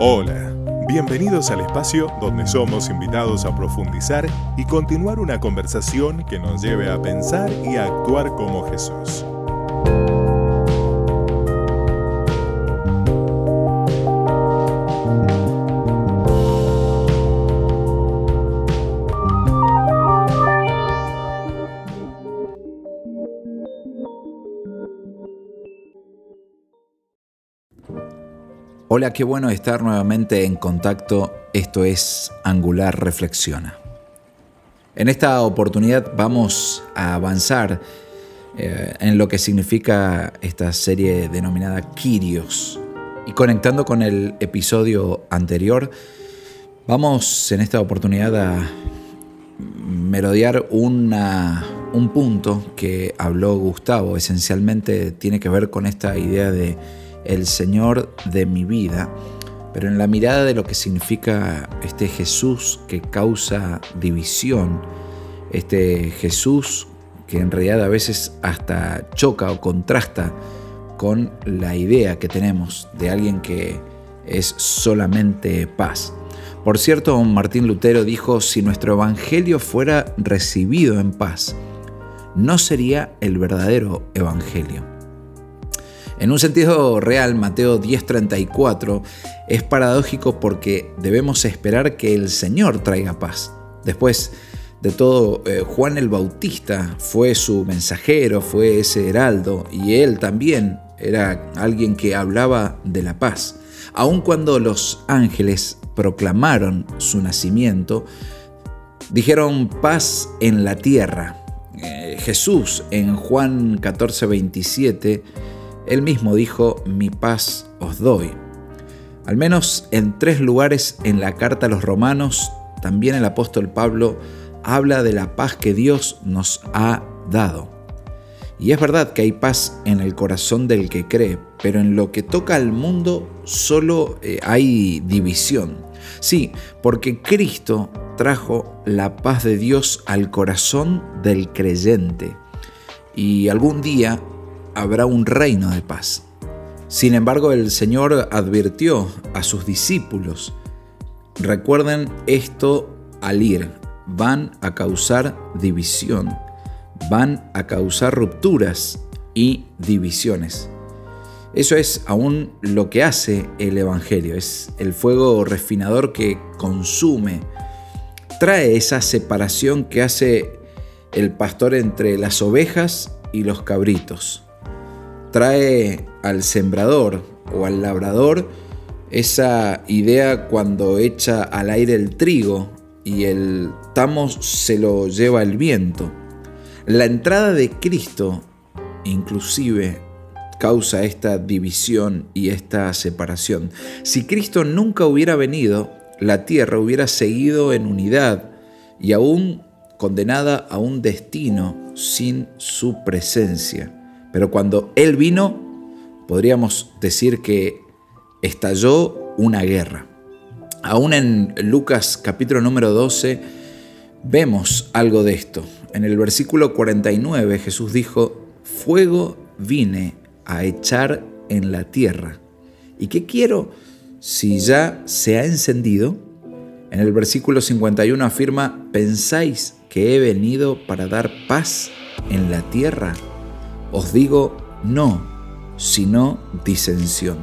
Hola, bienvenidos al espacio donde somos invitados a profundizar y continuar una conversación que nos lleve a pensar y a actuar como Jesús. Hola, qué bueno estar nuevamente en contacto. Esto es Angular Reflexiona. En esta oportunidad vamos a avanzar en lo que significa esta serie denominada Kyrios. Y conectando con el episodio anterior, vamos en esta oportunidad a merodear un punto que habló Gustavo. Esencialmente tiene que ver con esta idea de el Señor de mi vida, pero en la mirada de lo que significa este Jesús que causa división, este Jesús que en realidad a veces hasta choca o contrasta con la idea que tenemos de alguien que es solamente paz. Por cierto, Martín Lutero dijo: si nuestro evangelio fuera recibido en paz, no sería el verdadero evangelio. En un sentido real, Mateo 10:34 es paradójico porque debemos esperar que el Señor traiga paz. Después de todo, Juan el Bautista fue su mensajero, fue ese heraldo, y él también era alguien que hablaba de la paz. Aun cuando los ángeles proclamaron su nacimiento, dijeron paz en la tierra. Jesús en Juan 14:27 él mismo dijo: mi paz os doy. Al menos en 3 lugares en la carta a los Romanos, también el apóstol Pablo habla de la paz que Dios nos ha dado. Y es verdad que hay paz en el corazón del que cree, pero en lo que toca al mundo solo hay división. Sí, porque Cristo trajo la paz de Dios al corazón del creyente. Y algún día habrá un reino de paz. Sin embargo, el Señor advirtió a sus discípulos: recuerden esto al ir, van a causar división, van a causar rupturas y divisiones. Eso es aún lo que hace el Evangelio, es el fuego refinador que consume, trae esa separación que hace el pastor entre las ovejas y los cabritos. Trae al sembrador o al labrador esa idea cuando echa al aire el trigo y el tamo se lo lleva el viento. La entrada de Cristo inclusive causa esta división y esta separación. Si Cristo nunca hubiera venido, la tierra hubiera seguido en unidad y aún condenada a un destino sin su presencia. Pero cuando Él vino, podríamos decir que estalló una guerra. Aún en Lucas capítulo número 12 vemos algo de esto. En el versículo 49 Jesús dijo: fuego vine a echar en la tierra. ¿Y qué quiero si ya se ha encendido? En el versículo 51 afirma: ¿pensáis que he venido para dar paz en la tierra? Os digo, no, sino disensión.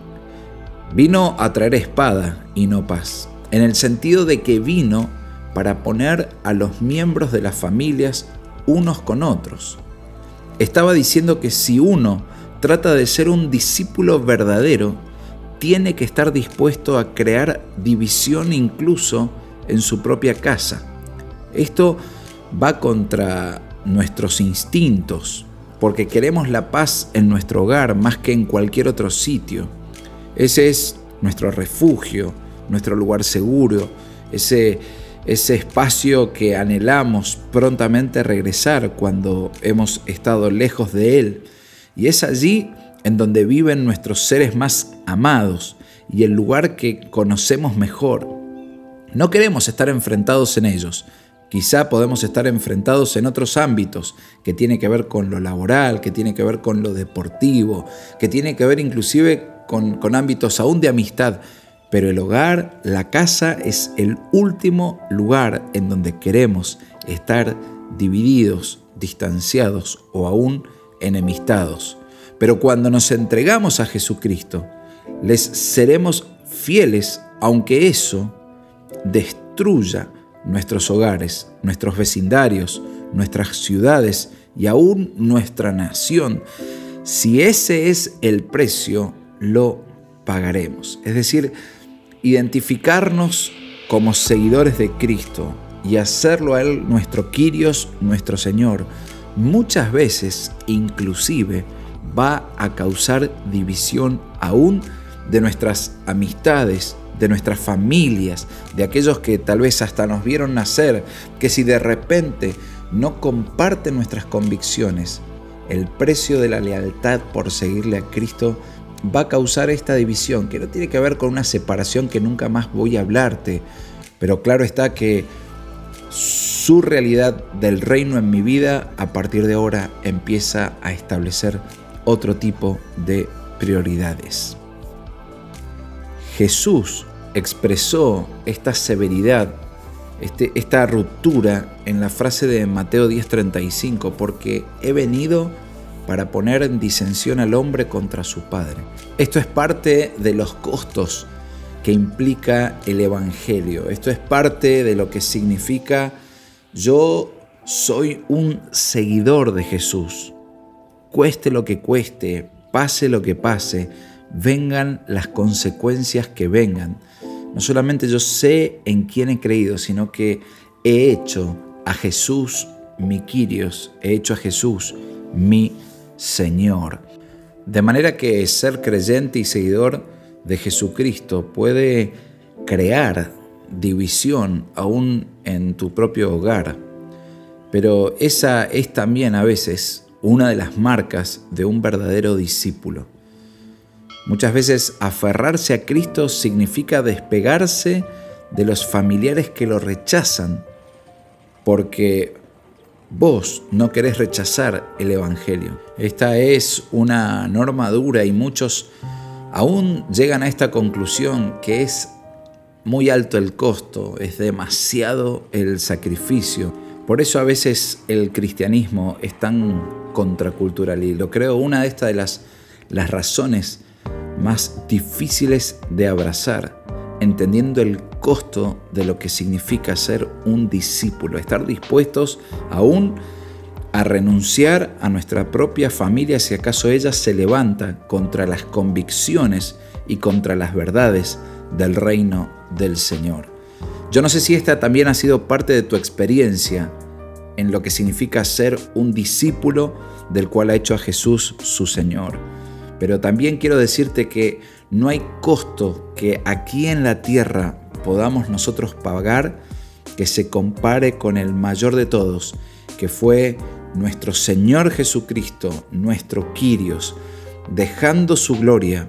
Vino a traer espada y no paz, en el sentido de que vino para poner a los miembros de las familias unos con otros. Estaba diciendo que si uno trata de ser un discípulo verdadero, tiene que estar dispuesto a crear división incluso en su propia casa. Esto va contra nuestros instintos, porque queremos la paz en nuestro hogar más que en cualquier otro sitio. Ese es nuestro refugio, nuestro lugar seguro, ese espacio que anhelamos prontamente regresar cuando hemos estado lejos de él. Y es allí en donde viven nuestros seres más amados y el lugar que conocemos mejor. No queremos estar enfrentados en ellos. Quizá podemos estar enfrentados en otros ámbitos que tiene que ver con lo laboral, que tiene que ver con lo deportivo, que tiene que ver inclusive con ámbitos aún de amistad, Pero el hogar, la casa, es el último lugar en donde queremos estar divididos, distanciados o aún enemistados. Pero cuando nos entregamos a Jesucristo, les seremos fieles, aunque eso destruya nuestros hogares, nuestros vecindarios, nuestras ciudades y aún nuestra nación. Si ese es el precio, lo pagaremos. Es decir, identificarnos como seguidores de Cristo y hacerlo a Él nuestro Kyrios, nuestro Señor, muchas veces inclusive va a causar división aún de nuestras amistades, de nuestras familias, de aquellos que tal vez hasta nos vieron nacer, que si de repente no comparten nuestras convicciones, el precio de la lealtad por seguirle a Cristo va a causar esta división, que no tiene que ver con una separación que nunca más voy a hablarte, pero claro está que su realidad del reino en mi vida a partir de ahora empieza a establecer otro tipo de prioridades. Jesús expresó esta severidad, esta ruptura en la frase de Mateo 10:35, porque he venido para poner en disensión al hombre contra su padre. Esto es parte de los costos que implica el Evangelio. Esto es parte de lo que significa yo soy un seguidor de Jesús. Cueste lo que cueste, pase lo que pase, vengan las consecuencias que vengan. No solamente yo sé en quién he creído, sino que he hecho a Jesús mi Kyrios, he hecho a Jesús mi Señor. De manera que ser creyente y seguidor de Jesucristo puede crear división aún en tu propio hogar. Pero esa es también a veces una de las marcas de un verdadero discípulo. Muchas veces aferrarse a Cristo significa despegarse de los familiares que lo rechazan, porque vos no querés rechazar el Evangelio. Esta es una norma dura y muchos aún llegan a esta conclusión que es muy alto el costo, es demasiado el sacrificio. Por eso a veces el cristianismo es tan contracultural y lo creo una de estas de las razones más difíciles de abrazar, entendiendo el costo de lo que significa ser un discípulo, estar dispuestos aún a renunciar a nuestra propia familia si acaso ella se levanta contra las convicciones y contra las verdades del reino del Señor. Yo no sé si esta también ha sido parte de tu experiencia en lo que significa ser un discípulo del cual ha hecho a Jesús su Señor. Pero también quiero decirte que no hay costo que aquí en la tierra podamos nosotros pagar que se compare con el mayor de todos, que fue nuestro Señor Jesucristo, nuestro Kyrios, dejando su gloria,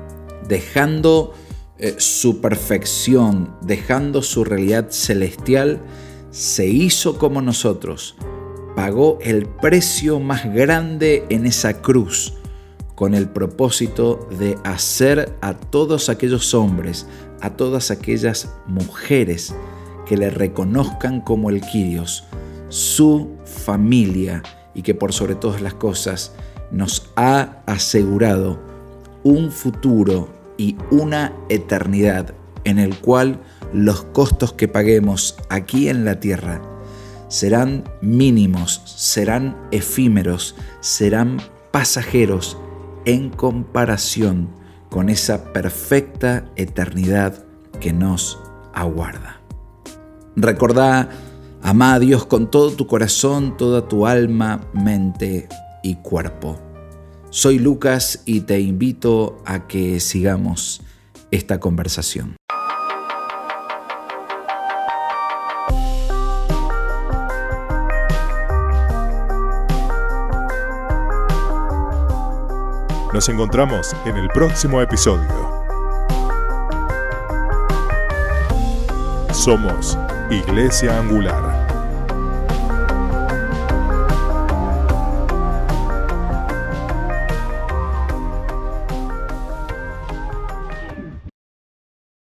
dejando su perfección, dejando su realidad celestial, se hizo como nosotros, pagó el precio más grande en esa cruz, con el propósito de hacer a todos aquellos hombres, a todas aquellas mujeres que le reconozcan como el Kyrios, su familia, y que por sobre todas las cosas nos ha asegurado un futuro y una eternidad en el cual los costos que paguemos aquí en la tierra serán mínimos, serán efímeros, serán pasajeros en comparación con esa perfecta eternidad que nos aguarda. Recordá, ama a Dios con todo tu corazón, toda tu alma, mente y cuerpo. Soy Lucas y te invito a que sigamos esta conversación. Nos encontramos en el próximo episodio. Somos Iglesia Angular.